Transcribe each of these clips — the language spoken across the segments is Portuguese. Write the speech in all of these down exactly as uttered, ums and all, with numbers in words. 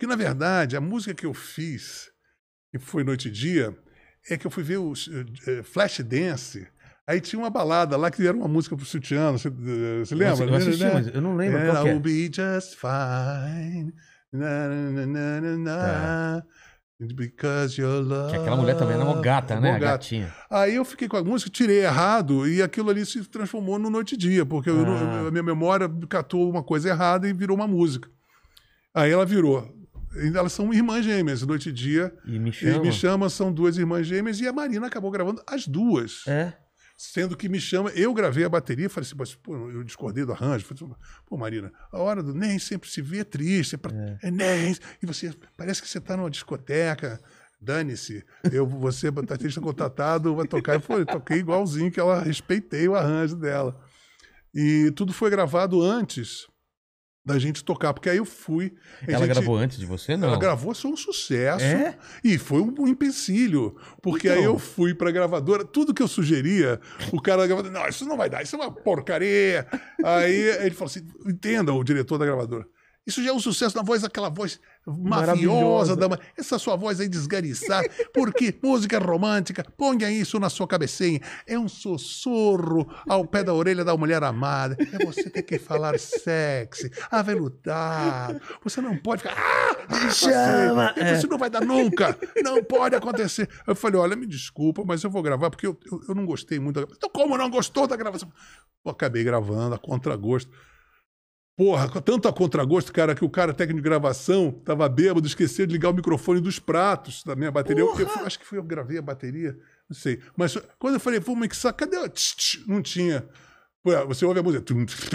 Que, na verdade, a música que eu fiz, que foi Noite e Dia, é que eu fui ver o uh, Flashdance. Aí tinha uma balada lá que era uma música pro Sutiã, você, você lembra? Eu assisti, mas eu não lembro qual que é. I'll be just fine. Na, na, na, na, na, Tá. Because your love. Que aquela mulher também era uma gata, né? Uma A gata. gatinha. Aí eu fiquei com a música, tirei errado e aquilo ali se transformou no Noite e Dia, porque eu não- Ah. a minha memória catou uma coisa errada e virou uma música. Aí ela virou. Elas são irmãs gêmeas, Noite e Dia. E me E chama. Me Chama são duas irmãs gêmeas e a Marina acabou gravando as duas. É. Sendo que Me Chama, eu gravei a bateria, falei assim, mas, pô, eu discordei do arranjo. Falei assim, pô, Marina, a hora do nem sempre se vê triste, é, pra, é. nem, e você, parece que você está numa discoteca, dane-se, eu, você, baterista contratado, vai tocar. Eu falei, toquei igualzinho que ela, respeitei o arranjo dela. E tudo foi gravado antes da gente tocar, porque aí eu fui... a Ela gente- gravou antes de você, não? Ela gravou, foi um sucesso. É? E foi um empecilho. Porque Então. aí eu fui pra gravadora, tudo que eu sugeria, o cara da gravadora, não, isso não vai dar, isso é uma porcaria. Aí ele falou assim, entenda, o diretor da gravadora, isso já é um sucesso na voz, aquela voz mafiosa, da, essa sua voz aí desgariçada, porque música romântica, ponha isso na sua cabecinha, é um sussurro ao pé da orelha da mulher amada, é você ter que falar sexy, aveludado, você não pode ficar, ah, Me chama! assim, isso não vai dar nunca, não pode acontecer. Eu falei, olha, me desculpa, mas eu vou gravar, porque eu, eu, eu não gostei muito da gravação. Então como não gostou da gravação? Eu acabei gravando a contragosto. Porra, tanto a contragosto, cara, que o cara técnico de gravação tava bêbado, esqueceu de ligar o microfone dos pratos da minha bateria. Eu, eu fui- acho que foi eu gravei a bateria, não sei. Mas quando eu falei, vou mixar, cadê? o tch, tch? Não tinha. Pô, você ouve a música.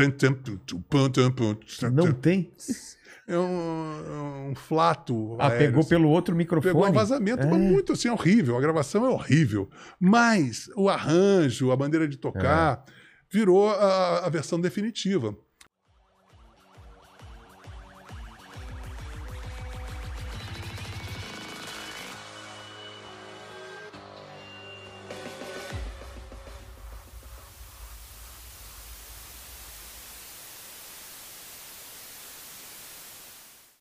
Não tem? É um, um flato. Ah, aéreo, pegou assim. pelo outro microfone. Pegou um vazamento, É. mas muito assim, horrível. A gravação é horrível. Mas o arranjo, a maneira de tocar, virou a, a versão definitiva.